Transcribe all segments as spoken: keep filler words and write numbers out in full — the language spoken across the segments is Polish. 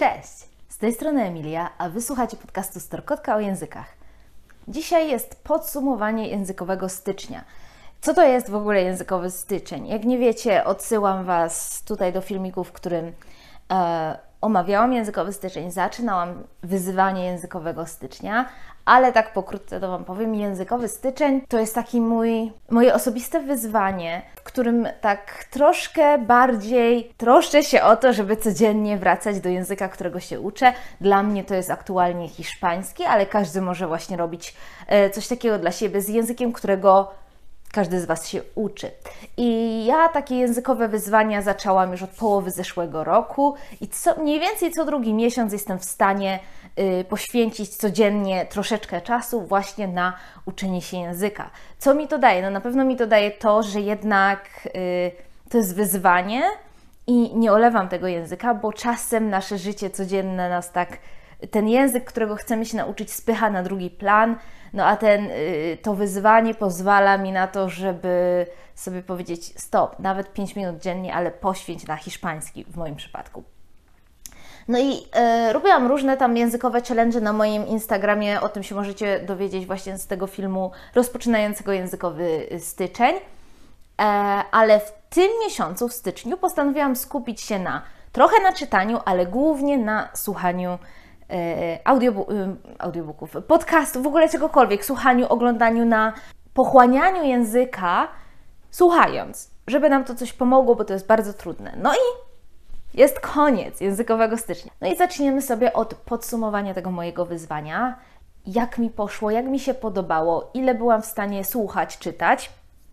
Cześć! Z tej strony Emilia, a Wysłuchacie podcastu Storkotka o językach. Dzisiaj jest podsumowanie językowego stycznia. Co to jest w ogóle językowy styczeń? Jak nie wiecie, odsyłam Was tutaj do filmiku, w którym e, omawiałam językowy styczeń, zaczynałam wyzywanie językowego stycznia, ale tak pokrótce to Wam powiem, językowy styczeń to jest taki mój, moje osobiste wyzwanie, w którym tak troszkę bardziej troszczę się o to, żeby codziennie wracać do języka, którego się uczę. Dla mnie to jest aktualnie hiszpański, ale każdy może właśnie robić coś takiego dla siebie z językiem, którego każdy z Was się uczy. I ja takie językowe wyzwania zaczęłam już od połowy zeszłego roku i co, mniej więcej co drugi miesiąc jestem w stanie y, poświęcić codziennie troszeczkę czasu właśnie na uczenie się języka. Co mi to daje? No na pewno mi to daje to, że jednak y, to jest wyzwanie i nie olewam tego języka, bo czasem nasze życie codzienne nas tak, ten język, którego chcemy się nauczyć, spycha na drugi plan. No a ten, to wyzwanie pozwala mi na to, żeby sobie powiedzieć stop, nawet pięć minut dziennie, ale poświęć na hiszpański w moim przypadku. No i e, robiłam różne tam językowe challenge na moim Instagramie, o tym się możecie dowiedzieć właśnie z tego filmu rozpoczynającego językowy styczeń. E, ale w tym miesiącu, w styczniu, postanowiłam skupić się na trochę na czytaniu, ale głównie na słuchaniu Audiobu audiobooków, podcastów, w ogóle czegokolwiek, słuchaniu, oglądaniu, na pochłanianiu języka, słuchając, żeby nam to coś pomogło, bo to jest bardzo trudne. No i jest koniec językowego stycznia. No i zaczniemy sobie od podsumowania tego mojego wyzwania. Jak mi poszło, jak mi się podobało, ile byłam w stanie słuchać, czytać.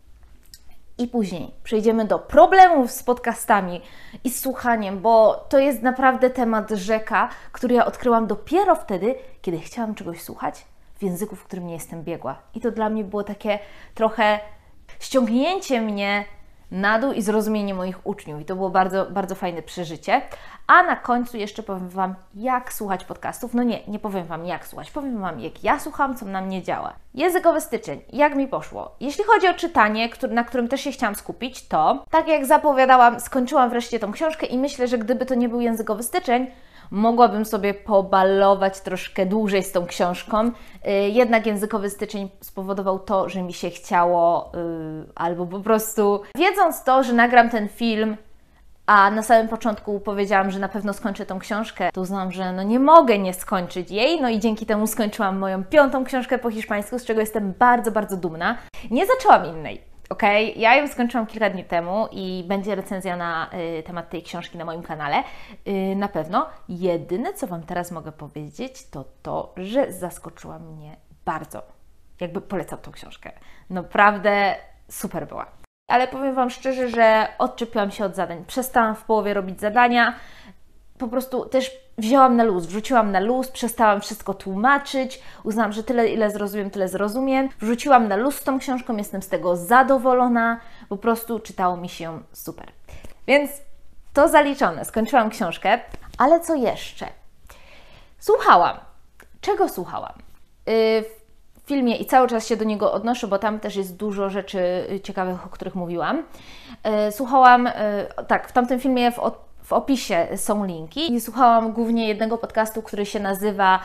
I później przejdziemy do problemów z podcastami i z słuchaniem, bo to jest naprawdę temat rzeka, który ja odkryłam dopiero wtedy, kiedy chciałam czegoś słuchać w języku, w którym nie jestem biegła. I to dla mnie było takie trochę ściągnięcie mnie na dół i zrozumienie moich uczniów. I to było bardzo, bardzo fajne przeżycie. A na końcu jeszcze powiem Wam, jak słuchać podcastów. No nie, nie powiem Wam, jak słuchać. Powiem Wam, jak ja słucham, co na mnie działa. Językowy styczeń. Jak mi poszło? Jeśli chodzi o czytanie, który, na którym też się chciałam skupić, to tak jak zapowiadałam, skończyłam wreszcie tą książkę i myślę, że gdyby to nie był językowy styczeń, mogłabym sobie pobalować troszkę dłużej z tą książką. Jednak językowy styczeń spowodował to, że mi się chciało, yy, albo po prostu wiedząc to, że nagram ten film, a na samym początku powiedziałam, że na pewno skończę tą książkę, to uznałam, że no nie mogę nie skończyć jej, no i dzięki temu skończyłam moją piątą książkę po hiszpańsku, z czego jestem bardzo, bardzo dumna. Nie zaczęłam innej. Ok, ja ją skończyłam kilka dni temu i będzie recenzja na y, temat tej książki na moim kanale, y, na pewno. Jedyne, co Wam teraz mogę powiedzieć, to to, że zaskoczyła mnie bardzo. Jakby polecam tą książkę. Naprawdę super była. Ale powiem Wam szczerze, że odczepiłam się od zadań. Przestałam w połowie robić zadania. Po prostu też wzięłam na luz, wrzuciłam na luz, przestałam wszystko tłumaczyć, uznałam, że tyle, ile zrozumiem, tyle zrozumiem. Wrzuciłam na luz z tą książką, jestem z tego zadowolona, po prostu czytało mi się super. Więc to zaliczone, skończyłam książkę, ale co jeszcze? Słuchałam. Czego słuchałam? Yy, w filmie i cały czas się do niego odnoszę, bo tam też jest dużo rzeczy ciekawych, o których mówiłam. Yy, słuchałam, yy, tak, w tamtym filmie w od W opisie są linki i słuchałam głównie jednego podcastu, który się nazywa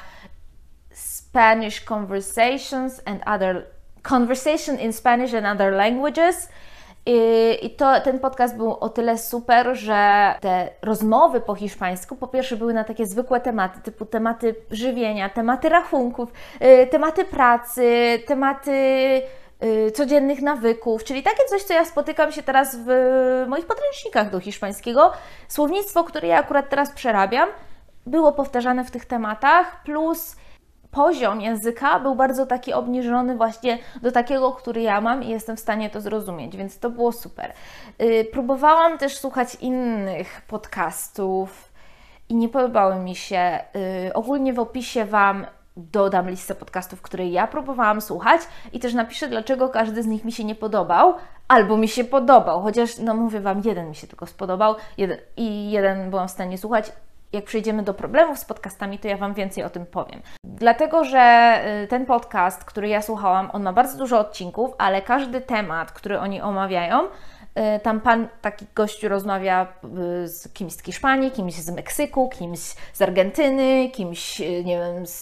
Spanish Conversations and Other Conversation in Spanish and Other Languages. I, i to, ten podcast był o tyle super, że te rozmowy po hiszpańsku po pierwsze były na takie zwykłe tematy, typu tematy żywienia, tematy rachunków, y, tematy pracy, tematy y, codziennych nawyków, czyli takie coś, co ja spotykam się teraz w moich podręcznikach do hiszpańskiego. Słownictwo, które ja akurat teraz przerabiam, było powtarzane w tych tematach, plus poziom języka był bardzo taki obniżony właśnie do takiego, który ja mam i jestem w stanie to zrozumieć, więc to było super. Yy, próbowałam też słuchać innych podcastów i nie podobały mi się. Yy, ogólnie w opisie Wam dodam listę podcastów, które ja próbowałam słuchać i też napiszę, dlaczego każdy z nich mi się nie podobał, albo mi się podobał, chociaż no mówię Wam, jeden mi się tylko spodobał jeden, i jeden byłam w stanie słuchać. Jak przejdziemy do problemów z podcastami, to ja Wam więcej o tym powiem. Dlatego, że ten podcast, który ja słuchałam, on ma bardzo dużo odcinków, ale każdy temat, który oni omawiają, Tam pan, taki gościu rozmawia z kimś z Hiszpanii, kimś z Meksyku, kimś z Argentyny, kimś, nie wiem, z,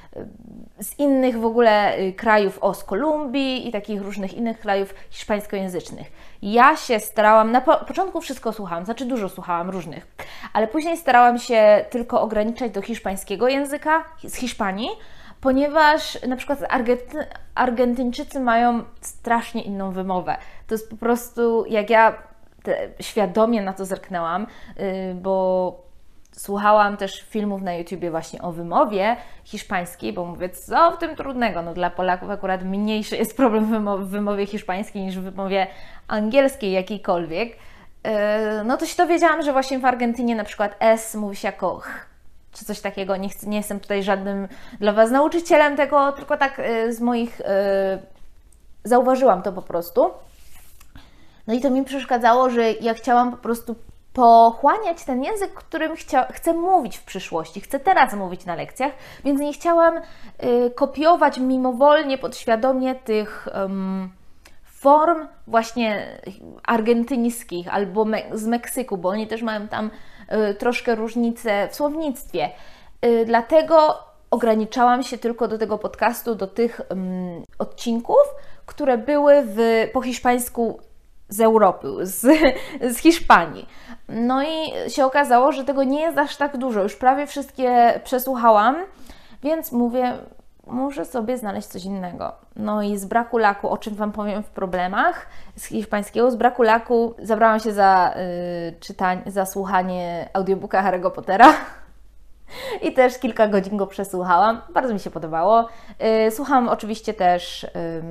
z innych w ogóle krajów, o, z Kolumbii i takich różnych innych krajów hiszpańskojęzycznych. Ja się starałam, na po, początku wszystko słuchałam, znaczy dużo słuchałam różnych, ale później starałam się tylko ograniczać do hiszpańskiego języka z Hiszpanii, ponieważ na przykład Argenty, Argentyńczycy mają strasznie inną wymowę. To jest po prostu, jak ja te, świadomie na to zerknęłam, yy, bo słuchałam też filmów na YouTubie właśnie o wymowie hiszpańskiej, bo mówię, co w tym trudnego? No dla Polaków akurat mniejszy jest problem w wymowie, w wymowie hiszpańskiej niż w wymowie angielskiej jakiejkolwiek. Yy, no to się dowiedziałam, że właśnie w Argentynie na przykład S mówi się jako ch, czy coś takiego. Nie, chcę, nie jestem tutaj żadnym dla Was nauczycielem tego, tylko tak y, z moich... Y, zauważyłam to po prostu. No i to mi przeszkadzało, że ja chciałam po prostu pochłaniać ten język, którym chcia, chcę mówić w przyszłości. Chcę teraz mówić na lekcjach, więc nie chciałam y, kopiować mimowolnie, podświadomie tych um, form właśnie argentyńskich albo me z Meksyku, bo oni też mają tam y, troszkę różnice w słownictwie. Y, dlatego ograniczałam się tylko do tego podcastu, do tych um, odcinków, które były w, po hiszpańsku z Europy, z, z Hiszpanii. No i się okazało, że tego nie jest aż tak dużo. Już prawie wszystkie przesłuchałam, więc mówię, muszę sobie znaleźć coś innego. No i z braku laku, o czym Wam powiem w problemach z hiszpańskiego, z braku laku zabrałam się za, y, czytań, za słuchanie audiobooka Harry'ego Pottera. I też kilka godzin go przesłuchałam. Bardzo mi się podobało. Yy, słuchałam oczywiście też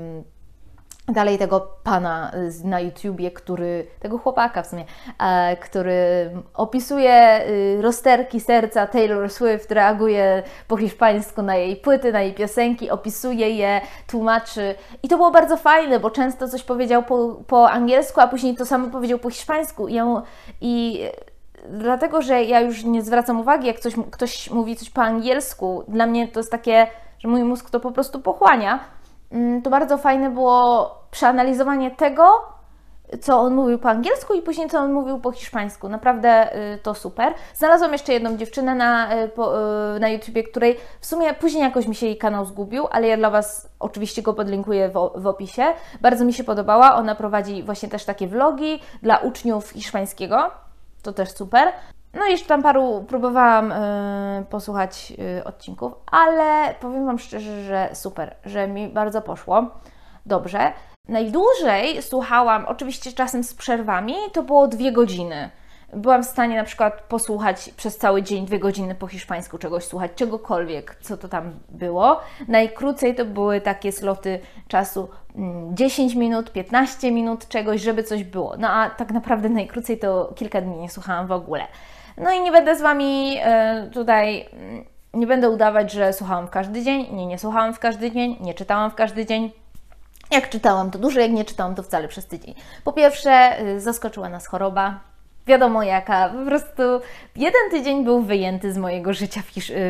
yy, dalej tego pana na YouTubie, który, tego chłopaka w sumie, yy, który opisuje yy, rozterki serca Taylor Swift, reaguje po hiszpańsku na jej płyty, na jej piosenki, opisuje je, tłumaczy. I to było bardzo fajne, bo często coś powiedział po, po angielsku, a później to samo powiedział po hiszpańsku. I, ją, i dlatego, że ja już nie zwracam uwagi, jak coś, ktoś mówi coś po angielsku, dla mnie to jest takie, że mój mózg to po prostu pochłania, to bardzo fajne było przeanalizowanie tego, co on mówił po angielsku i później co on mówił po hiszpańsku. Naprawdę to super. Znalazłam jeszcze jedną dziewczynę na, na YouTubie, której w sumie później jakoś mi się jej kanał zgubił, ale ja dla Was oczywiście go podlinkuję w, w opisie. Bardzo mi się podobała. Ona prowadzi właśnie też takie vlogi dla uczniów hiszpańskiego. To też super. No i jeszcze tam paru próbowałam yy, posłuchać yy, odcinków, ale powiem Wam szczerze, że super, że mi bardzo poszło. Dobrze. Najdłużej słuchałam, oczywiście czasem z przerwami, to było dwie godziny. Byłam w stanie na przykład posłuchać przez cały dzień dwie godziny po hiszpańsku czegoś słuchać, czegokolwiek, co to tam było. Najkrócej to były takie sloty czasu dziesięć minut, piętnaście minut czegoś, żeby coś było. No a tak naprawdę najkrócej to kilka dni nie słuchałam w ogóle. No i nie będę z Wami y, tutaj, y, nie będę udawać, że słuchałam w każdy dzień. Nie, nie słuchałam w każdy dzień, nie czytałam w każdy dzień. Jak czytałam, to dużo, jak nie czytałam, to wcale przez tydzień. Po pierwsze, y, zaskoczyła nas choroba. Wiadomo jaka, po prostu jeden tydzień był wyjęty z mojego życia w, hisz,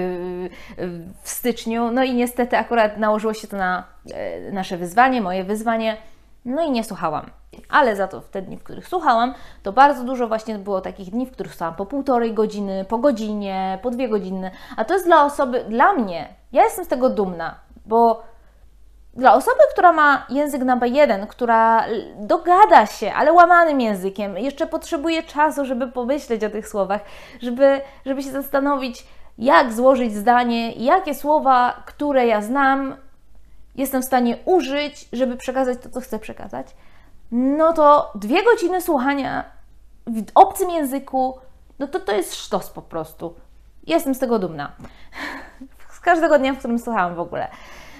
w styczniu, no i niestety akurat nałożyło się to na nasze wyzwanie, moje wyzwanie, no i nie słuchałam. Ale za to w te dni, w których słuchałam, to bardzo dużo właśnie było takich dni, w których słuchałam po półtorej godziny, po godzinie, po dwie godziny, a to jest dla osoby, dla mnie, ja jestem z tego dumna, bo dla osoby, która ma język na B jeden, która dogada się, ale łamanym językiem, jeszcze potrzebuje czasu, żeby pomyśleć o tych słowach, żeby, żeby się zastanowić, jak złożyć zdanie, jakie słowa, które ja znam, jestem w stanie użyć, żeby przekazać to, co chcę przekazać, no to dwie godziny słuchania w obcym języku, no to to jest sztos po prostu. Jestem z tego dumna. Z każdego dnia, w którym słuchałam w ogóle.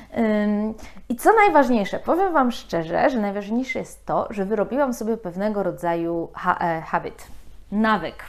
I co najważniejsze, powiem Wam szczerze, że najważniejsze jest to, że wyrobiłam sobie pewnego rodzaju ha habit, nawyk.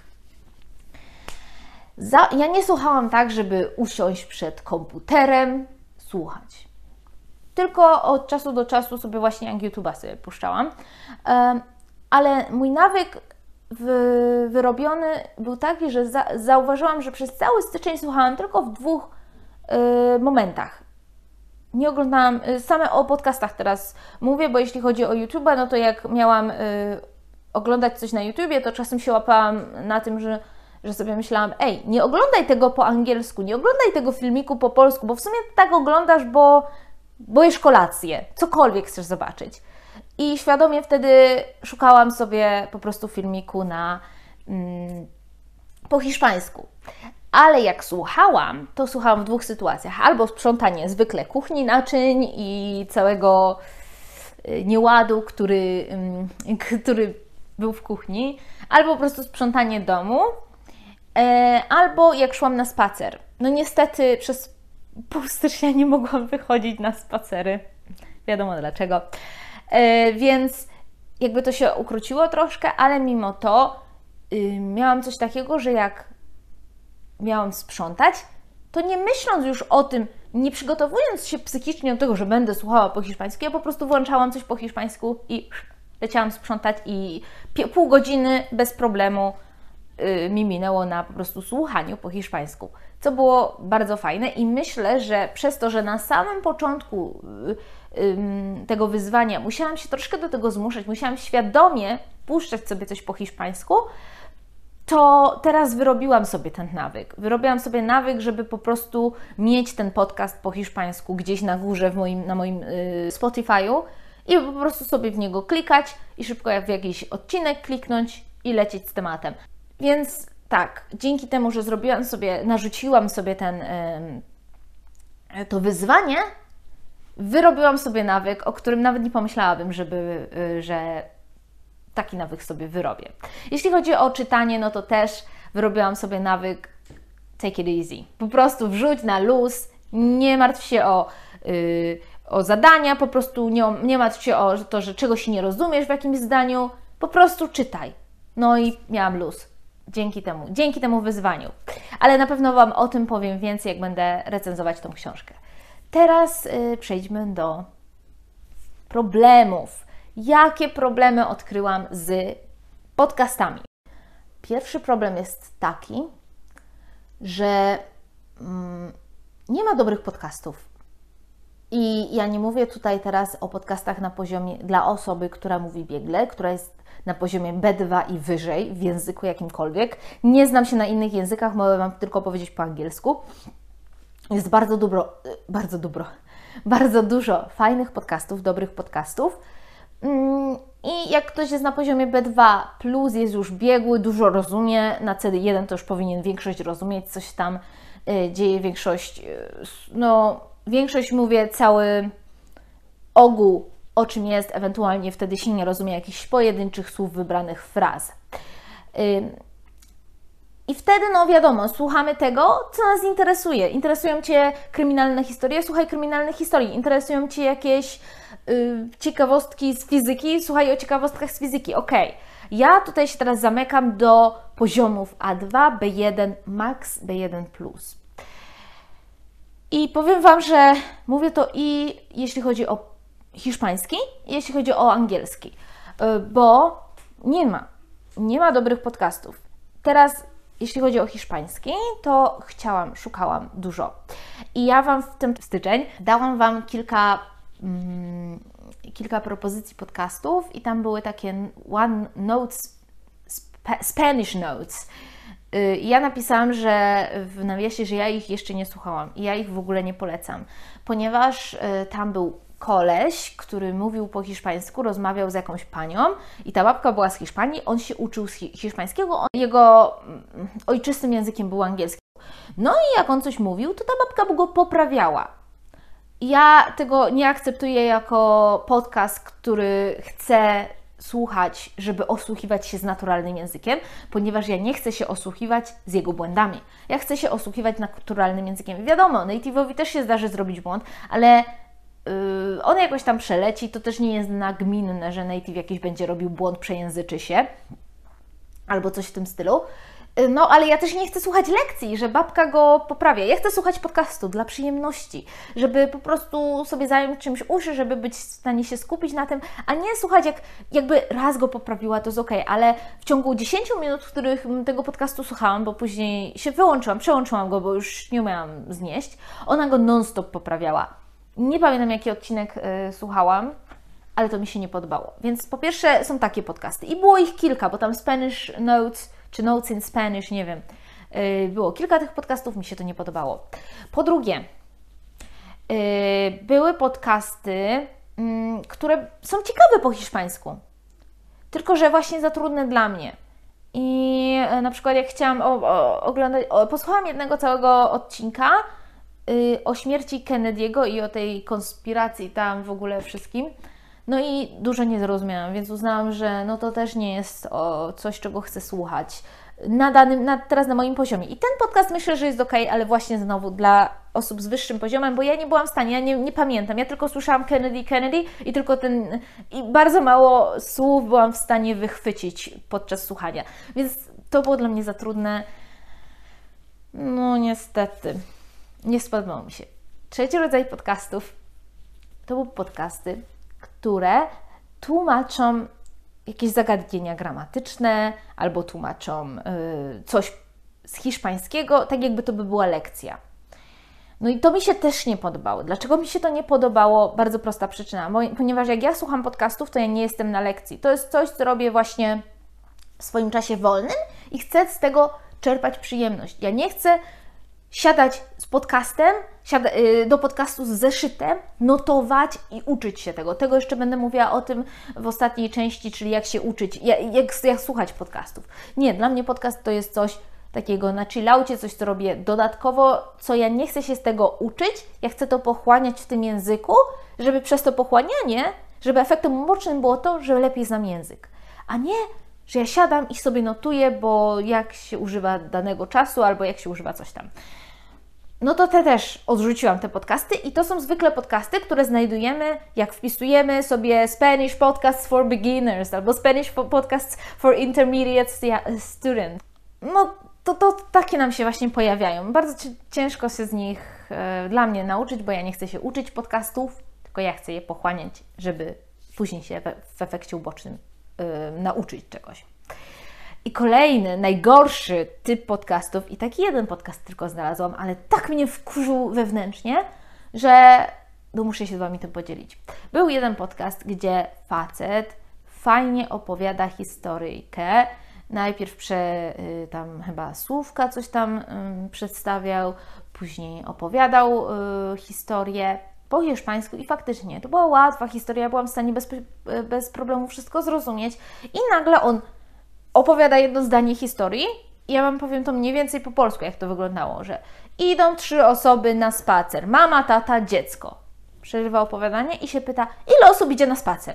Za, ja nie słuchałam tak, żeby usiąść przed komputerem, słuchać. Tylko od czasu do czasu sobie właśnie jak YouTube'a sobie puszczałam. Ale mój nawyk wy, wyrobiony był taki, że za, zauważyłam, że przez cały styczeń słuchałam tylko w dwóch y, momentach. Nie oglądałam, same o podcastach teraz mówię, bo jeśli chodzi o YouTube'a, no to jak miałam y, oglądać coś na YouTubie, to czasem się łapałam na tym, że, że sobie myślałam, ej, nie oglądaj tego po angielsku, nie oglądaj tego filmiku po polsku, bo w sumie tak oglądasz, bo, bo jesz kolację, cokolwiek chcesz zobaczyć. I świadomie wtedy szukałam sobie po prostu filmiku na, mm, po hiszpańsku. Ale jak słuchałam, to słuchałam w dwóch sytuacjach. Albo sprzątanie zwykle kuchni, naczyń i całego nieładu, który, który był w kuchni, albo po prostu sprzątanie domu, albo jak szłam na spacer. No niestety przez pół stycznia nie mogłam wychodzić na spacery. Wiadomo dlaczego. Więc jakby to się ukróciło troszkę, ale mimo to miałam coś takiego, że jak miałam sprzątać, to nie myśląc już o tym, nie przygotowując się psychicznie do tego, że będę słuchała po hiszpańsku, ja po prostu włączałam coś po hiszpańsku i leciałam sprzątać i pół godziny bez problemu yy, mi minęło na po prostu słuchaniu po hiszpańsku, co było bardzo fajne i myślę, że przez to, że na samym początku yy, yy, tego wyzwania musiałam się troszkę do tego zmuszać, musiałam świadomie puszczać sobie coś po hiszpańsku, to teraz wyrobiłam sobie ten nawyk. Wyrobiłam sobie nawyk, żeby po prostu mieć ten podcast po hiszpańsku gdzieś na górze w moim, na moim yy, Spotify'u i po prostu sobie w niego klikać i szybko jak w jakiś odcinek kliknąć i lecieć z tematem. Więc tak, dzięki temu, że zrobiłam sobie, narzuciłam sobie ten, yy, to wyzwanie, wyrobiłam sobie nawyk, o którym nawet nie pomyślałabym, żeby, yy, że taki nawyk sobie wyrobię. Jeśli chodzi o czytanie, no to też wyrobiłam sobie nawyk take it easy. Po prostu wrzuć na luz, nie martw się o, yy, o zadania, po prostu nie, nie martw się o to, że czegoś nie rozumiesz w jakimś zdaniu, po prostu czytaj. No i miałam luz dzięki temu, dzięki temu wyzwaniu. Ale na pewno Wam o tym powiem więcej, jak będę recenzować tą książkę. Teraz yy, przejdźmy do problemów. Jakie problemy odkryłam z podcastami? Pierwszy problem jest taki, że mm, nie ma dobrych podcastów. I ja nie mówię tutaj teraz o podcastach na poziomie dla osoby, która mówi biegle, która jest na poziomie B dwa i wyżej w języku jakimkolwiek. Nie znam się na innych językach, mogę Wam tylko powiedzieć po angielsku. Jest bardzo dobro, bardzo dobro, bardzo dużo fajnych podcastów, dobrych podcastów. I jak ktoś jest na poziomie B dwa plus, jest już biegły, dużo rozumie, na C jeden to już powinien większość rozumieć, coś tam y, dzieje, większość, y, no większość mówię, cały ogół, o czym jest, ewentualnie wtedy się nie rozumie jakichś pojedynczych słów, wybranych fraz. Y, I wtedy, no wiadomo, słuchamy tego, co nas interesuje. Interesują Cię kryminalne historie? Słuchaj kryminalnych historii. Interesują Cię jakieś y, ciekawostki z fizyki? Słuchaj o ciekawostkach z fizyki. Ok. Ja tutaj się teraz zamykam do poziomów A dwa, B jeden Max, B jeden plus. I powiem Wam, że mówię to i jeśli chodzi o hiszpański, i jeśli chodzi o angielski. Y, bo nie ma, nie ma dobrych podcastów. Teraz jeśli chodzi o hiszpański, to chciałam, szukałam dużo. I ja Wam w tym styczeń dałam Wam kilka, mm, kilka propozycji podcastów i tam były takie One Notes, Sp- Spanish Notes. Yy, ja napisałam, że w nawiasie, że ja ich jeszcze nie słuchałam i ja ich w ogóle nie polecam, ponieważ yy, tam był koleś, który mówił po hiszpańsku, rozmawiał z jakąś panią i ta babka była z Hiszpanii, on się uczył z hiszpańskiego, jego ojczystym językiem był angielski. No i jak on coś mówił, to ta babka go poprawiała. Ja tego nie akceptuję jako podcast, który chce słuchać, żeby osłuchiwać się z naturalnym językiem, ponieważ ja nie chcę się osłuchiwać z jego błędami. Ja chcę się osłuchiwać naturalnym językiem. Wiadomo, native'owi też się zdarzy zrobić błąd, ale Yy, on jakoś tam przeleci, to też nie jest nagminne, że native jakiś będzie robił błąd, przejęzyczy się albo coś w tym stylu. Yy, no, ale ja też nie chcę słuchać lekcji, że babka go poprawia. Ja chcę słuchać podcastu dla przyjemności, żeby po prostu sobie zająć czymś uszy, żeby być w stanie się skupić na tym, a nie słuchać jak jakby raz go poprawiła, to jest ok, ale w ciągu dziesięciu minut, w których tego podcastu słuchałam, bo później się wyłączyłam, przełączyłam go, bo już nie umiałam znieść, ona go non-stop poprawiała. Nie pamiętam, jaki odcinek y, słuchałam, ale to mi się nie podobało. Więc po pierwsze są takie podcasty i było ich kilka, bo tam Spanish Notes, czy Notes in Spanish, nie wiem, było kilka tych podcastów, mi się to nie podobało. Po drugie, były podcasty, które są ciekawe po hiszpańsku, tylko że właśnie za trudne dla mnie. I na przykład jak chciałam o, o, oglądać, o, posłuchałam jednego całego odcinka y, o śmierci Kennedy'ego i o tej konspiracji tam w ogóle wszystkim. No i dużo nie zrozumiałam, więc uznałam, że no to też nie jest o coś, czego chcę słuchać na danym, na, teraz na moim poziomie. I ten podcast myślę, że jest ok, ale właśnie znowu dla osób z wyższym poziomem, bo ja nie byłam w stanie, ja nie, nie pamiętam, ja tylko słyszałam Kennedy, Kennedy i tylko ten, i bardzo mało słów byłam w stanie wychwycić podczas słuchania, więc to było dla mnie za trudne. No niestety, nie spodobało mi się. Trzeci rodzaj podcastów to były podcasty, które tłumaczą jakieś zagadnienia gramatyczne albo tłumaczą y, coś z hiszpańskiego, tak jakby to by była lekcja. No i to mi się też nie podobało. Dlaczego mi się to nie podobało? Bardzo prosta przyczyna. Bo, ponieważ jak ja słucham podcastów, to ja nie jestem na lekcji. To jest coś, co robię właśnie w swoim czasie wolnym i chcę z tego czerpać przyjemność. Ja nie chcę siadać z podcastem, siada, yy, do podcastu z zeszytem, notować i uczyć się tego. Tego jeszcze będę mówiła o tym w ostatniej części, czyli jak się uczyć, jak, jak, jak słuchać podcastów. Nie, dla mnie podcast to jest coś takiego na chillaucie, coś, co robię dodatkowo, co ja nie chcę się z tego uczyć, ja chcę to pochłaniać w tym języku, żeby przez to pochłanianie, żeby efektem ubocznym było to, że lepiej znam język, a nie, że ja siadam i sobie notuję, bo jak się używa danego czasu, albo jak się używa coś tam. No to te też odrzuciłam te podcasty i to są zwykle podcasty, które znajdujemy, jak wpisujemy sobie Spanish Podcasts for Beginners albo Spanish Podcasts for Intermediate Students. No to, to takie nam się właśnie pojawiają. Bardzo ciężko się z nich e, dla mnie nauczyć, bo ja nie chcę się uczyć podcastów, tylko ja chcę je pochłaniać, żeby później się w, w efekcie ubocznym e, nauczyć czegoś. I kolejny, najgorszy typ podcastów, i taki jeden podcast tylko znalazłam, ale tak mnie wkurzył wewnętrznie, że no muszę się z Wami tym podzielić. Był jeden podcast, gdzie facet fajnie opowiada historyjkę. Najpierw prze, tam chyba słówka coś tam y, przedstawiał, później opowiadał y, historię po hiszpańsku i faktycznie to była łatwa historia, ja byłam w stanie bez, bez problemu wszystko zrozumieć i nagle on opowiada jedno zdanie historii i ja Wam powiem to mniej więcej po polsku, jak to wyglądało, że idą trzy osoby na spacer, mama, tata, dziecko. Przerywa opowiadanie i się pyta, ile osób idzie na spacer?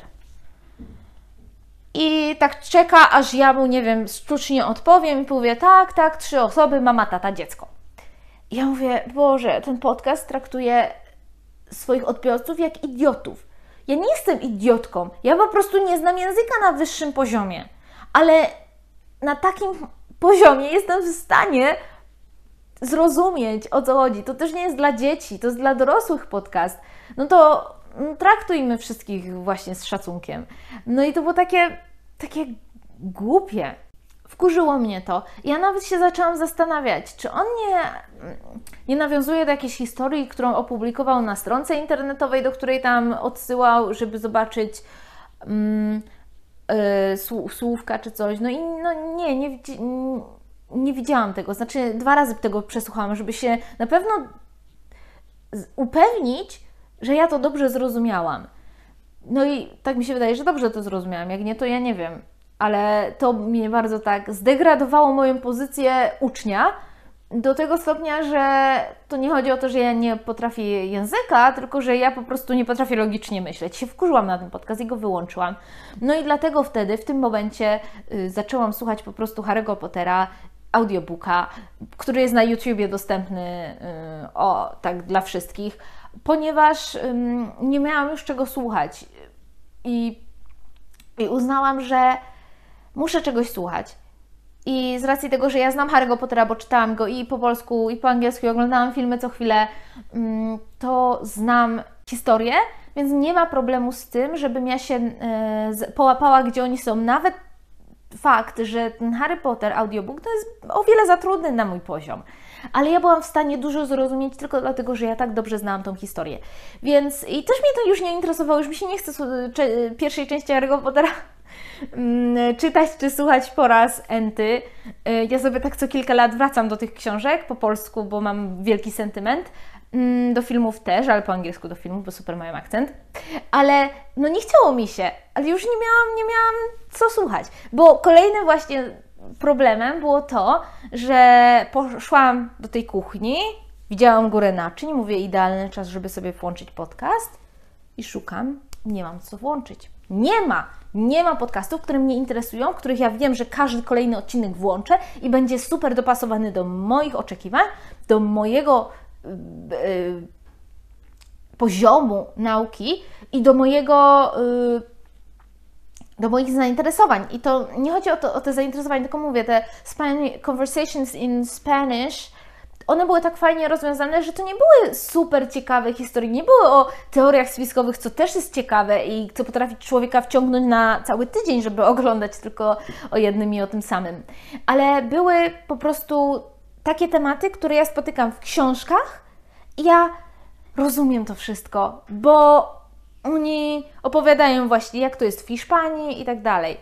I tak czeka, aż ja mu, nie wiem, sztucznie odpowiem i mówię, tak, tak, trzy osoby, mama, tata, dziecko. I ja mówię, Boże, ten podcast traktuje swoich odbiorców jak idiotów. Ja nie jestem idiotką, ja po prostu nie znam języka na wyższym poziomie, ale na takim poziomie jestem w stanie zrozumieć, o co chodzi. To też nie jest dla dzieci, to jest dla dorosłych podcast. No to traktujmy wszystkich właśnie z szacunkiem. No i to było takie, takie głupie. Wkurzyło mnie to. Ja nawet się zaczęłam zastanawiać, czy on nie, nie nawiązuje do jakiejś historii, którą opublikował na stronce internetowej, do której tam odsyłał, żeby zobaczyć um, yy, słówka czy coś. No i no nie, nie, nie, nie widziałam tego. Znaczy dwa razy tego przesłuchałam, żeby się na pewno upewnić, że ja to dobrze zrozumiałam. No i tak mi się wydaje, że dobrze to zrozumiałam. Jak nie, to ja nie wiem. Ale to mnie bardzo tak zdegradowało moją pozycję ucznia do tego stopnia, że to nie chodzi o to, że ja nie potrafię języka, tylko że ja po prostu nie potrafię logicznie myśleć. Się wkurzyłam na ten podcast i go wyłączyłam. No i dlatego wtedy, w tym momencie y, zaczęłam słuchać po prostu Harry'ego Pottera, audiobooka, który jest na YouTubie dostępny y, o, tak dla wszystkich, ponieważ y, nie miałam już czego słuchać i, i uznałam, że muszę czegoś słuchać. I z racji tego, że ja znam Harry'ego Pottera, bo czytałam go i po polsku, i po angielsku, i oglądałam filmy co chwilę, to znam historię, więc nie ma problemu z tym, żebym ja się połapała, gdzie oni są. Nawet fakt, że ten Harry Potter audiobook to jest o wiele za trudny na mój poziom. Ale ja byłam w stanie dużo zrozumieć tylko dlatego, że ja tak dobrze znałam tą historię. Więc i też mnie to już nie interesowało, już mi się nie chce pierwszej części Harry'ego Pottera czytać czy słuchać po raz enty. Ja sobie tak co kilka lat wracam do tych książek po polsku, bo mam wielki sentyment. Do filmów też, ale po angielsku do filmów, bo super mają akcent. Ale no nie chciało mi się, ale już nie miałam, nie miałam co słuchać. Bo kolejnym właśnie problemem było to, że poszłam do tej kuchni, widziałam górę naczyń, mówię idealny czas, żeby sobie włączyć podcast i szukam, nie mam co włączyć. Nie ma! Nie ma podcastów, które mnie interesują, w których ja wiem, że każdy kolejny odcinek włączę i będzie super dopasowany do moich oczekiwań, do mojego yy, poziomu nauki i do mojego yy, do moich zainteresowań. I to nie chodzi o, to, o te zainteresowania, tylko mówię, te Spanish, conversations in Spanish, one były tak fajnie rozwiązane, że to nie były super ciekawe historie, nie były o teoriach spiskowych, co też jest ciekawe i co potrafi człowieka wciągnąć na cały tydzień, żeby oglądać tylko o jednym i o tym samym. Ale były po prostu takie tematy, które ja spotykam w książkach i ja rozumiem to wszystko, bo oni opowiadają właśnie, jak to jest w Hiszpanii i tak dalej.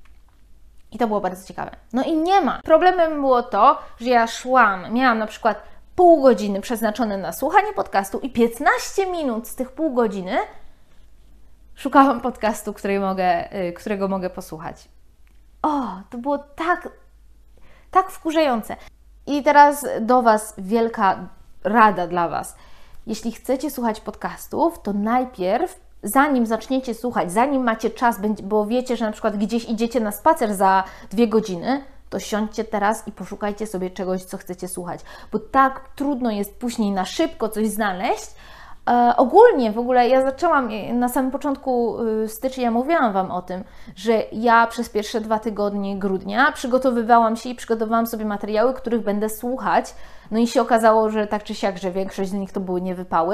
I to było bardzo ciekawe. No i nie ma. Problemem było to, że ja szłam, miałam na przykład pół godziny przeznaczone na słuchanie podcastu i piętnaście minut z tych pół godziny szukałam podcastu, który mogę, którego mogę posłuchać. O, to było tak, tak wkurzające. I teraz do Was wielka rada dla Was. Jeśli chcecie słuchać podcastów, to najpierw, zanim zaczniecie słuchać, zanim macie czas, bo wiecie, że na przykład gdzieś idziecie na spacer za dwie godziny, to siądźcie teraz i poszukajcie sobie czegoś, co chcecie słuchać, bo tak trudno jest później na szybko coś znaleźć. E, ogólnie w ogóle ja zaczęłam, na samym początku stycznia mówiłam Wam o tym, że ja przez pierwsze dwa tygodnie grudnia przygotowywałam się i przygotowałam sobie materiały, których będę słuchać. No i się okazało, że tak czy siak, że większość z nich to były niewypały,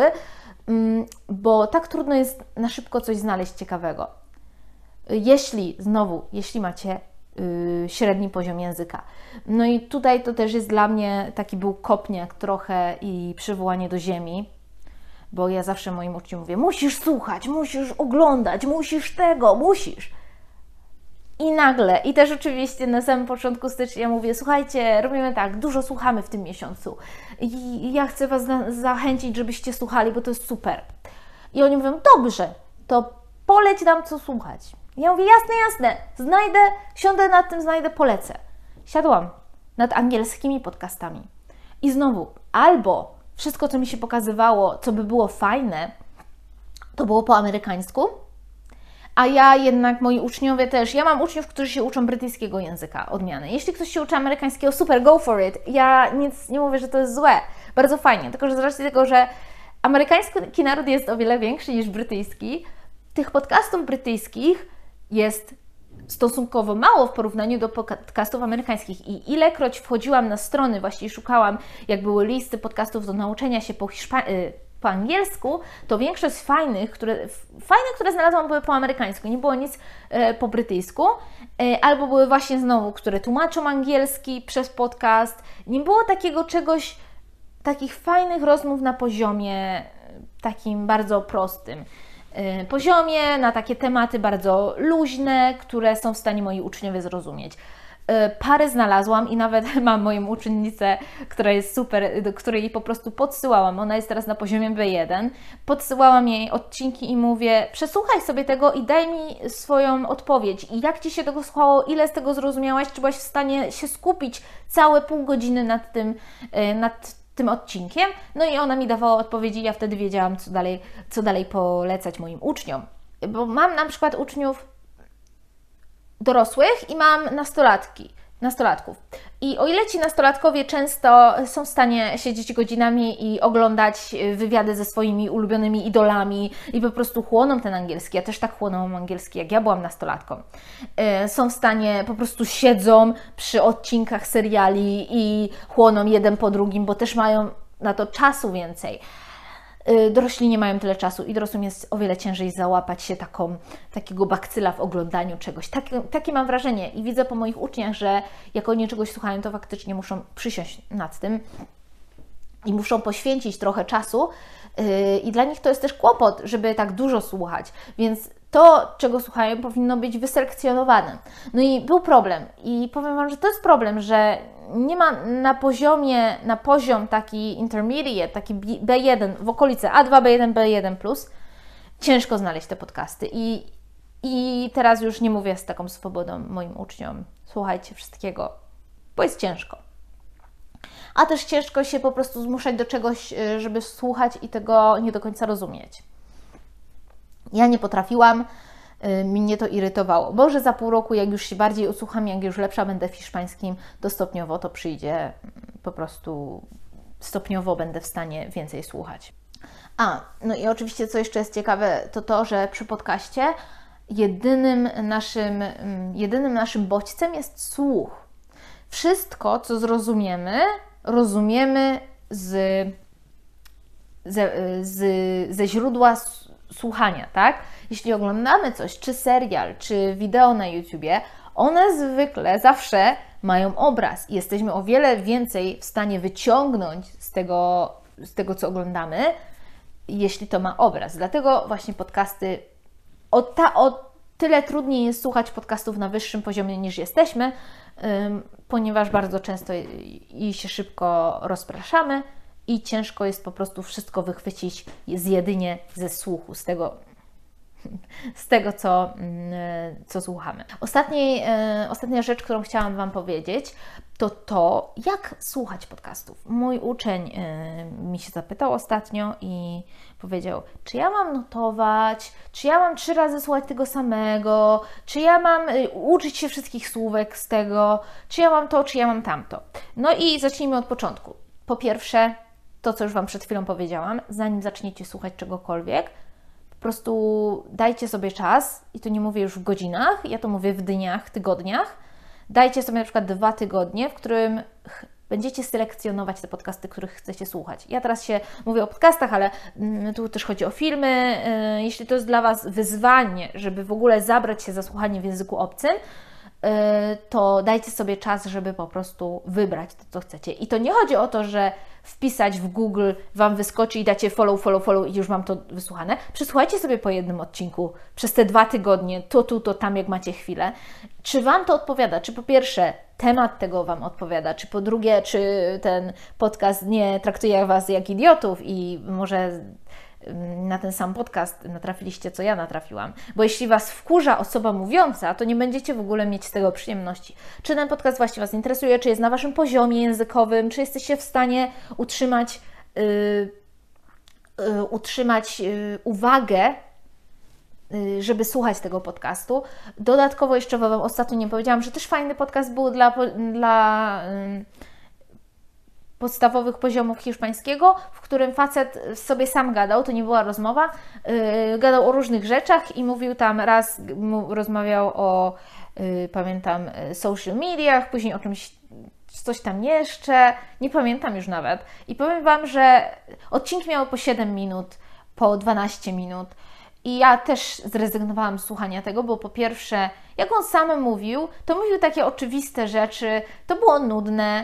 bo tak trudno jest na szybko coś znaleźć ciekawego. Jeśli, znowu, jeśli macie yy, średni poziom języka. No i tutaj to też jest dla mnie taki był kopniak trochę i przywołanie do ziemi, bo ja zawsze moim uczniom mówię, musisz słuchać, musisz oglądać, musisz tego, musisz. I nagle, i też oczywiście na samym początku stycznia mówię, słuchajcie, robimy tak, dużo słuchamy w tym miesiącu i ja chcę Was zachęcić, żebyście słuchali, bo to jest super. I oni mówią, dobrze, to poleć nam co słuchać. I ja mówię, jasne, jasne, znajdę, siądę nad tym, znajdę, polecę. Siadłam nad angielskimi podcastami i znowu, albo wszystko, co mi się pokazywało, co by było fajne, to było po amerykańsku, a ja jednak, moi uczniowie też, ja mam uczniów, którzy się uczą brytyjskiego języka, odmiany. Jeśli ktoś się uczy amerykańskiego, super, go for it. Ja nic nie mówię, że to jest złe, bardzo fajnie, tylko że z racji tego, że amerykański naród jest o wiele większy niż brytyjski, tych podcastów brytyjskich jest stosunkowo mało w porównaniu do podcastów amerykańskich i ilekroć wchodziłam na strony, właśnie szukałam, jak były listy podcastów do nauczenia się po hiszpańsku, po angielsku, to większość fajnych, które, fajne, które znalazłam, były po amerykańsku, nie było nic e, po brytyjsku, e, albo były właśnie znowu, które tłumaczą angielski przez podcast. Nie było takiego czegoś, takich fajnych rozmów na poziomie takim bardzo prostym e, poziomie, na takie tematy bardzo luźne, które są w stanie moi uczniowie zrozumieć. Parę znalazłam i nawet mam moją uczennicę, która jest super, do której jej po prostu podsyłałam. Ona jest teraz na poziomie B jeden. Podsyłałam jej odcinki i mówię, przesłuchaj sobie tego i daj mi swoją odpowiedź. I jak Ci się tego słuchało, ile z tego zrozumiałaś, czy byłaś w stanie się skupić całe pół godziny nad tym, nad tym odcinkiem. No i ona mi dawała odpowiedzi i ja wtedy wiedziałam, co dalej, co dalej polecać moim uczniom. Bo mam na przykład uczniów dorosłych i mam nastolatki, nastolatków. I o ile ci nastolatkowie często są w stanie siedzieć godzinami i oglądać wywiady ze swoimi ulubionymi idolami i po prostu chłoną ten angielski, ja też tak chłonęłam angielski, jak ja byłam nastolatką, są w stanie, po prostu siedzą przy odcinkach seriali i chłoną jeden po drugim, bo też mają na to czasu więcej. Dorośli nie mają tyle czasu i dorosłym jest o wiele ciężej załapać się taką, takiego bakcyla w oglądaniu czegoś. Tak, takie mam wrażenie i widzę po moich uczniach, że jak oni czegoś słuchają, to faktycznie muszą przysiąść nad tym i muszą poświęcić trochę czasu yy, i dla nich to jest też kłopot, żeby tak dużo słuchać, więc to, czego słuchają, powinno być wyselekcjonowane. No i był problem i powiem Wam, że to jest problem, że nie ma na poziomie, na poziom taki intermediate, taki B jeden, w okolicy A dwa, B jeden, B jeden plus, ciężko znaleźć te podcasty i, i teraz już nie mówię z taką swobodą moim uczniom, słuchajcie wszystkiego, bo jest ciężko. A też ciężko się po prostu zmuszać do czegoś, żeby słuchać i tego nie do końca rozumieć. Ja nie potrafiłam, mnie to irytowało. Może za pół roku, jak już się bardziej usłucham, jak już lepsza będę w hiszpańskim, to stopniowo to przyjdzie, po prostu stopniowo będę w stanie więcej słuchać. A, no i oczywiście co jeszcze jest ciekawe, to to, że przy podcaście jedynym naszym, jedynym naszym bodźcem jest słuch. Wszystko, co zrozumiemy, rozumiemy z, ze, z, ze źródła słuchania, tak? Jeśli oglądamy coś, czy serial, czy wideo na YouTubie, one zwykle zawsze mają obraz i jesteśmy o wiele więcej w stanie wyciągnąć z tego, z tego co oglądamy, jeśli to ma obraz. Dlatego właśnie podcasty, o, ta, o tyle trudniej jest słuchać podcastów na wyższym poziomie niż jesteśmy, ym, ponieważ bardzo często i, i się szybko rozpraszamy i ciężko jest po prostu wszystko wychwycić z jedynie ze słuchu, z tego, z tego co, co słuchamy. Ostatniej, ostatnia rzecz, którą chciałam Wam powiedzieć, to to, jak słuchać podcastów. Mój uczeń mi się zapytał ostatnio i powiedział, czy ja mam notować, czy ja mam trzy razy słuchać tego samego, czy ja mam uczyć się wszystkich słówek z tego, czy ja mam to, czy ja mam tamto. No i zacznijmy od początku. Po pierwsze, to co już Wam przed chwilą powiedziałam, zanim zaczniecie słuchać czegokolwiek, po prostu dajcie sobie czas, i to nie mówię już w godzinach, ja to mówię w dniach, tygodniach. Dajcie sobie na przykład dwa tygodnie, w którym będziecie selekcjonować te podcasty, których chcecie słuchać. Ja teraz się mówię o podcastach, ale tu też chodzi o filmy. Jeśli to jest dla Was wyzwanie, żeby w ogóle zabrać się za słuchanie w języku obcym, to dajcie sobie czas, żeby po prostu wybrać to, co chcecie. I to nie chodzi o to, że wpisać w Google Wam wyskoczy i dacie follow, follow, follow i już mam to wysłuchane. Przesłuchajcie sobie po jednym odcinku przez te dwa tygodnie, to tu, to tam, jak macie chwilę. Czy Wam to odpowiada? Czy po pierwsze temat tego Wam odpowiada? Czy po drugie, czy ten podcast nie traktuje Was jak idiotów i może na ten sam podcast natrafiliście, co ja natrafiłam. Bo jeśli Was wkurza osoba mówiąca, to nie będziecie w ogóle mieć z tego przyjemności. Czy ten podcast właśnie Was interesuje, czy jest na Waszym poziomie językowym, czy jesteście w stanie utrzymać, yy, yy, utrzymać yy, uwagę, yy, żeby słuchać tego podcastu. Dodatkowo jeszcze Wam ostatnio nie powiedziałam, że też fajny podcast był dla... dla yy, podstawowych poziomów hiszpańskiego, w którym facet sobie sam gadał, to nie była rozmowa, yy, gadał o różnych rzeczach i mówił tam raz, mu, rozmawiał o, yy, pamiętam, social mediach, później o czymś, coś tam jeszcze, nie pamiętam już nawet. I powiem Wam, że odcinki miały po siedem minut, po dwanaście minut i ja też zrezygnowałam z słuchania tego, bo po pierwsze, jak on sam mówił, to mówił takie oczywiste rzeczy, to było nudne,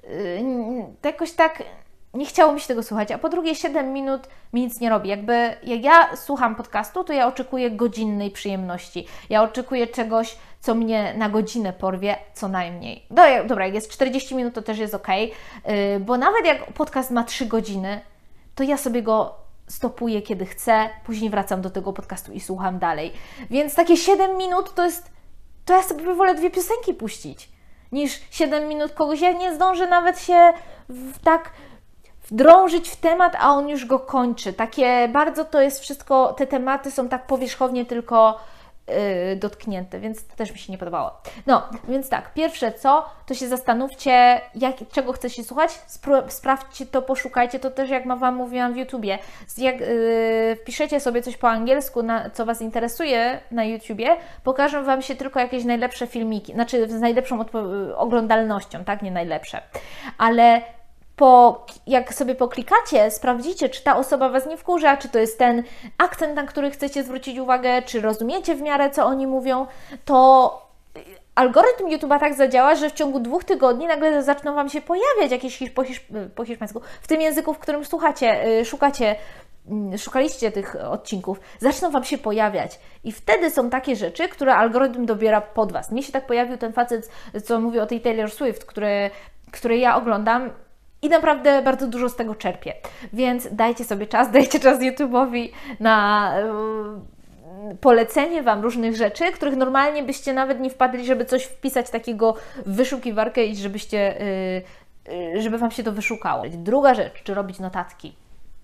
to jakoś tak nie chciało mi się tego słuchać, a po drugie siedem minut mi nic nie robi. Jakby jak ja słucham podcastu, to ja oczekuję godzinnej przyjemności. Ja oczekuję czegoś, co mnie na godzinę porwie, co najmniej. Do, dobra, jak jest czterdzieści minut, to też jest ok, bo nawet jak podcast ma trzy godziny, to ja sobie go stopuję, kiedy chcę, później wracam do tego podcastu i słucham dalej. Więc takie siedem minut to jest, to ja sobie wolę dwie piosenki puścić, niż siedem minut kogoś. Ja nie zdążę nawet się w, tak wdrążyć w temat, a on już go kończy. Takie bardzo to jest wszystko, te tematy są tak powierzchownie tylko yy, dotknięte, więc to też mi się nie podobało. No, więc tak, pierwsze co, to się zastanówcie, jak, czego chcecie słuchać, Spró- sprawdźcie to, poszukajcie to też, jak Wam mówiłam w YouTubie. Jak yy, wpiszecie sobie coś po angielsku, na, co Was interesuje na YouTubie, pokażą Wam się tylko jakieś najlepsze filmiki, znaczy z najlepszą odpo- oglądalnością, tak, nie najlepsze, ale po, jak sobie poklikacie, sprawdzicie, czy ta osoba Was nie wkurza, czy to jest ten akcent, na który chcecie zwrócić uwagę, czy rozumiecie w miarę, co oni mówią, to algorytm YouTube'a tak zadziała, że w ciągu dwóch tygodni nagle zaczną Wam się pojawiać jakieś hisz, po, hisz, po hiszpańsku, w tym języku, w którym słuchacie, szukacie, szukaliście tych odcinków, zaczną Wam się pojawiać. I wtedy są takie rzeczy, które algorytm dobiera pod Was. Mnie się tak pojawił ten facet, co mówi o tej Taylor Swift, który, który ja oglądam i naprawdę bardzo dużo z tego czerpię. Więc dajcie sobie czas, dajcie czas YouTube'owi na yy, polecenie Wam różnych rzeczy, których normalnie byście nawet nie wpadli, żeby coś wpisać takiego w wyszukiwarkę i żebyście, yy, yy, żeby Wam się to wyszukało. Druga rzecz, czy robić notatki.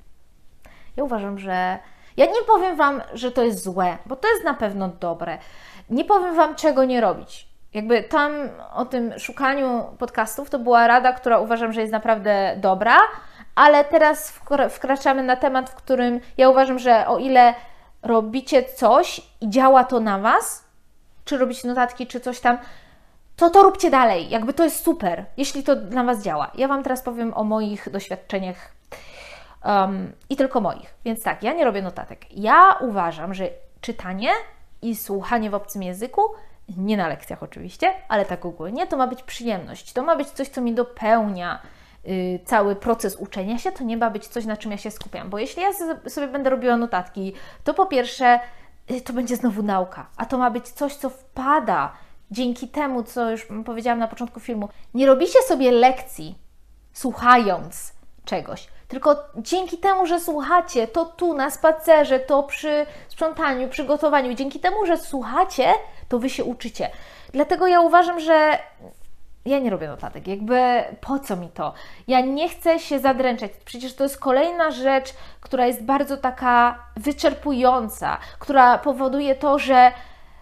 Ja uważam, że... Ja nie powiem Wam, że to jest złe, bo to jest na pewno dobre. Nie powiem Wam, czego nie robić. Jakby tam o tym szukaniu podcastów to była rada, która uważam, że jest naprawdę dobra, ale teraz wkraczamy na temat, w którym ja uważam, że o ile robicie coś i działa to na Was, czy robicie notatki, czy coś tam, to to róbcie dalej. Jakby to jest super, jeśli to dla Was działa. Ja Wam teraz powiem o moich doświadczeniach um, i tylko moich. Więc tak, ja nie robię notatek. Ja uważam, że czytanie i słuchanie w obcym języku, nie na lekcjach oczywiście, ale tak ogólnie, to ma być przyjemność. To ma być coś, co mi dopełnia yy, cały proces uczenia się, to nie ma być coś, na czym ja się skupiam. Bo jeśli ja sobie będę robiła notatki, to po pierwsze yy, to będzie znowu nauka, a to ma być coś, co wpada dzięki temu, co już powiedziałam na początku filmu. Nie robicie sobie lekcji słuchając czegoś, tylko dzięki temu, że słuchacie, to tu na spacerze, to przy sprzątaniu, przy gotowaniu, dzięki temu, że słuchacie, to Wy się uczycie. Dlatego ja uważam, że ja nie robię notatek, jakby po co mi to? Ja nie chcę się zadręczać, przecież to jest kolejna rzecz, która jest bardzo taka wyczerpująca, która powoduje to, że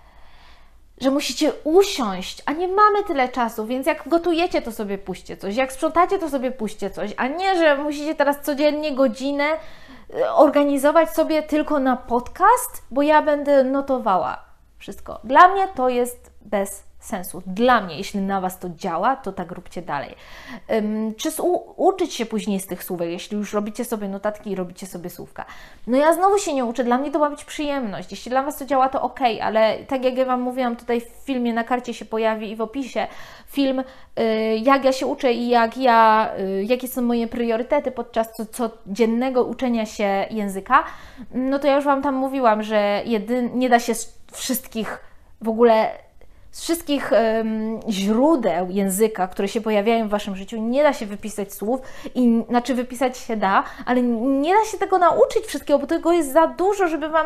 że musicie usiąść, a nie mamy tyle czasu, więc jak gotujecie, to sobie puśćcie coś, jak sprzątacie, to sobie puśćcie coś, a nie, że musicie teraz codziennie godzinę organizować sobie tylko na podcast, bo ja będę notowała wszystko. Dla mnie to jest bez sensu. Dla mnie, jeśli na Was to działa, to tak róbcie dalej. Um, czy uczyć się później z tych słówek, jeśli już robicie sobie notatki i robicie sobie słówka? No ja znowu się nie uczę, dla mnie to ma być przyjemność. Jeśli dla Was to działa, to ok, ale tak jak ja Wam mówiłam, tutaj w filmie na karcie się pojawi i w opisie film, y, jak ja się uczę i jak ja, y, jakie są moje priorytety podczas codziennego uczenia się języka, no to ja już Wam tam mówiłam, że jedyn, nie da się z wszystkich w ogóle z wszystkich um, źródeł języka, które się pojawiają w Waszym życiu, nie da się wypisać słów, i, znaczy wypisać się da, ale nie da się tego nauczyć wszystkiego, bo tego jest za dużo, żeby Wam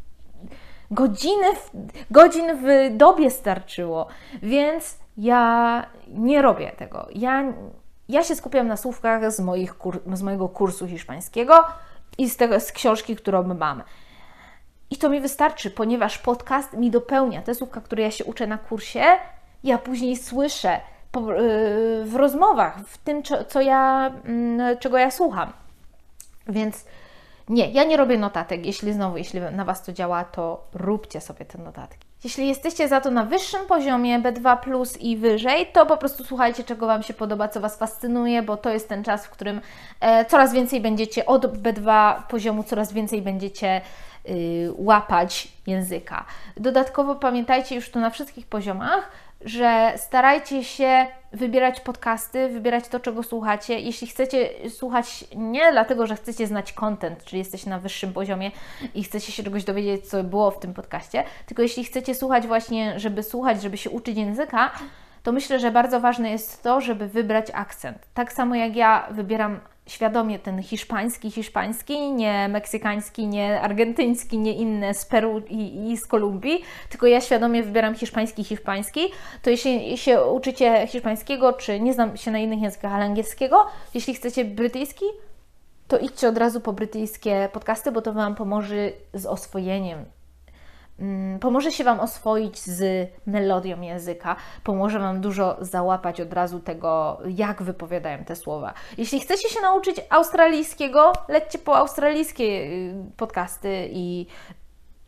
godziny w, godzin w dobie starczyło. Więc ja nie robię tego. Ja, ja się skupiam na słówkach z, moich kur, z mojego kursu hiszpańskiego i z, tego, z książki, którą mamy. I to mi wystarczy, ponieważ podcast mi dopełnia te słówka, które ja się uczę na kursie, ja później słyszę po, yy, w rozmowach, w tym, co ja, yy, czego ja słucham. Więc nie, ja nie robię notatek. Jeśli znowu, jeśli na Was to działa, to róbcie sobie te notatki. Jeśli jesteście za to na wyższym poziomie, B dwa plus i wyżej, to po prostu słuchajcie, czego Wam się podoba, co Was fascynuje, bo to jest ten czas, w którym e, coraz więcej będziecie od B dwa poziomu, coraz więcej będziecie y, łapać języka. Dodatkowo pamiętajcie już tu na wszystkich poziomach, że starajcie się wybierać podcasty, wybierać to, czego słuchacie. Jeśli chcecie słuchać nie dlatego, że chcecie znać content, czyli jesteście na wyższym poziomie i chcecie się czegoś dowiedzieć, co było w tym podcaście, tylko jeśli chcecie słuchać właśnie, żeby słuchać, żeby się uczyć języka, to myślę, że bardzo ważne jest to, żeby wybrać akcent. Tak samo jak ja wybieram świadomie ten hiszpański, hiszpański, nie meksykański, nie argentyński, nie inne z Peru i, i z Kolumbii, tylko ja świadomie wybieram hiszpański, hiszpański, to jeśli się uczycie hiszpańskiego, czy nie znam się na innych językach, ale angielskiego, jeśli chcecie brytyjski, to idźcie od razu po brytyjskie podcasty, bo to Wam pomoże z oswojeniem. Pomoże się Wam oswoić z melodią języka, pomoże Wam dużo załapać od razu tego, jak wypowiadają te słowa. Jeśli chcecie się nauczyć australijskiego, lećcie po australijskie podcasty i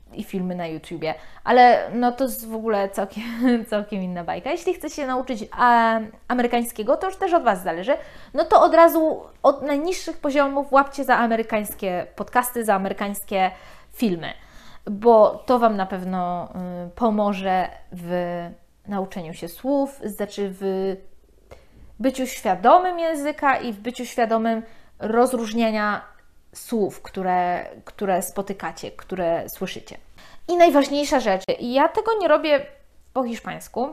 i filmy na YouTubie, ale no to jest w ogóle całkiem, całkiem inna bajka. Jeśli chcecie się nauczyć a, amerykańskiego, to już też od Was zależy, no to od razu od najniższych poziomów łapcie za amerykańskie podcasty, za amerykańskie filmy, bo to Wam na pewno y, pomoże w nauczeniu się słów, znaczy w byciu świadomym języka i w byciu świadomym rozróżniania słów, które, które spotykacie, które słyszycie. I najważniejsza rzecz, ja tego nie robię po hiszpańsku,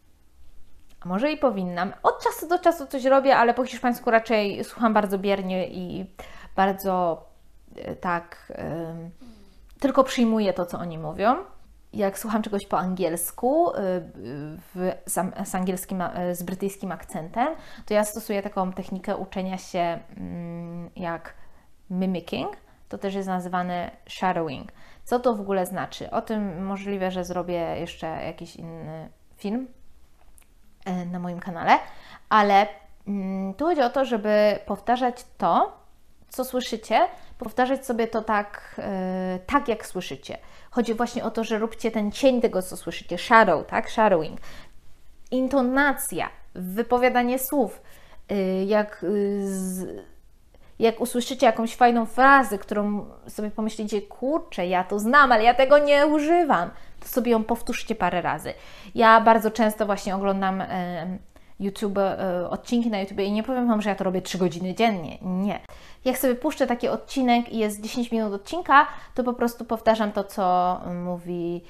a może i powinnam. Od czasu do czasu coś robię, ale po hiszpańsku raczej słucham bardzo biernie i bardzo tak tylko przyjmuję to, co oni mówią. Jak słucham czegoś po angielsku, w, z, z angielskim, z brytyjskim akcentem, to ja stosuję taką technikę uczenia się jak mimicking, to też jest nazywane shadowing. Co to w ogóle znaczy? O tym możliwe, że zrobię jeszcze jakiś inny film na moim kanale, ale tu chodzi o to, żeby powtarzać to, co słyszycie, powtarzać sobie to tak, tak jak słyszycie. Chodzi właśnie o to, że róbcie ten cień tego, co słyszycie, shadow, tak? Shadowing. Intonacja, wypowiadanie słów, jak z, jak usłyszycie jakąś fajną frazę, którą sobie pomyślicie, kurczę, ja to znam, ale ja tego nie używam, to sobie ją powtórzcie parę razy. Ja bardzo często właśnie oglądam e, YouTube, e, odcinki na YouTube i nie powiem Wam, że ja to robię trzy godziny dziennie. Nie. Jak sobie puszczę taki odcinek i jest dziesięć minut odcinka, to po prostu powtarzam to, co mówi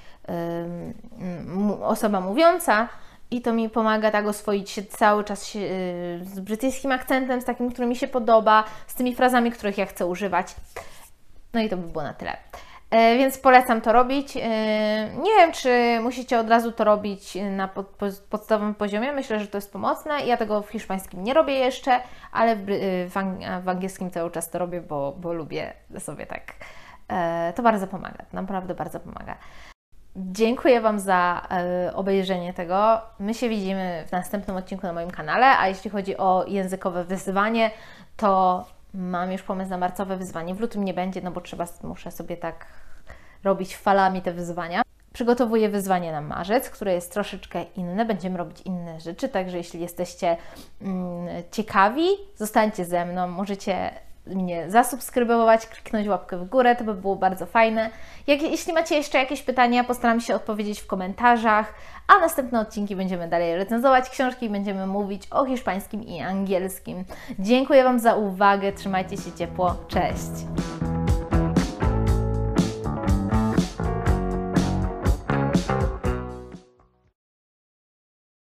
e, osoba mówiąca, i to mi pomaga tak oswoić się cały czas się, yy, z brytyjskim akcentem, z takim, który mi się podoba, z tymi frazami, których ja chcę używać. No i to by było na tyle. Yy, więc polecam to robić. Yy, nie wiem, czy musicie od razu to robić na pod, podstawowym poziomie. Myślę, że to jest pomocne. Ja tego w hiszpańskim nie robię jeszcze, ale w, yy, w, ang w angielskim cały czas to robię, bo, bo lubię sobie tak. Yy, to bardzo pomaga. Naprawdę bardzo pomaga. Dziękuję Wam za y, obejrzenie tego. My się widzimy w następnym odcinku na moim kanale, a jeśli chodzi o językowe wyzwanie, to mam już pomysł na marcowe wyzwanie. W lutym nie będzie, no bo trzeba, muszę sobie tak robić falami te wyzwania. Przygotowuję wyzwanie na marzec, które jest troszeczkę inne. Będziemy robić inne rzeczy, także jeśli jesteście mm, ciekawi, zostańcie ze mną, możecie mnie zasubskrybować, kliknąć łapkę w górę, to by było bardzo fajne. Jak, jeśli macie jeszcze jakieś pytania, postaram się odpowiedzieć w komentarzach, a następne odcinki będziemy dalej recenzować książki i będziemy mówić o hiszpańskim i angielskim. Dziękuję Wam za uwagę, trzymajcie się ciepło, cześć!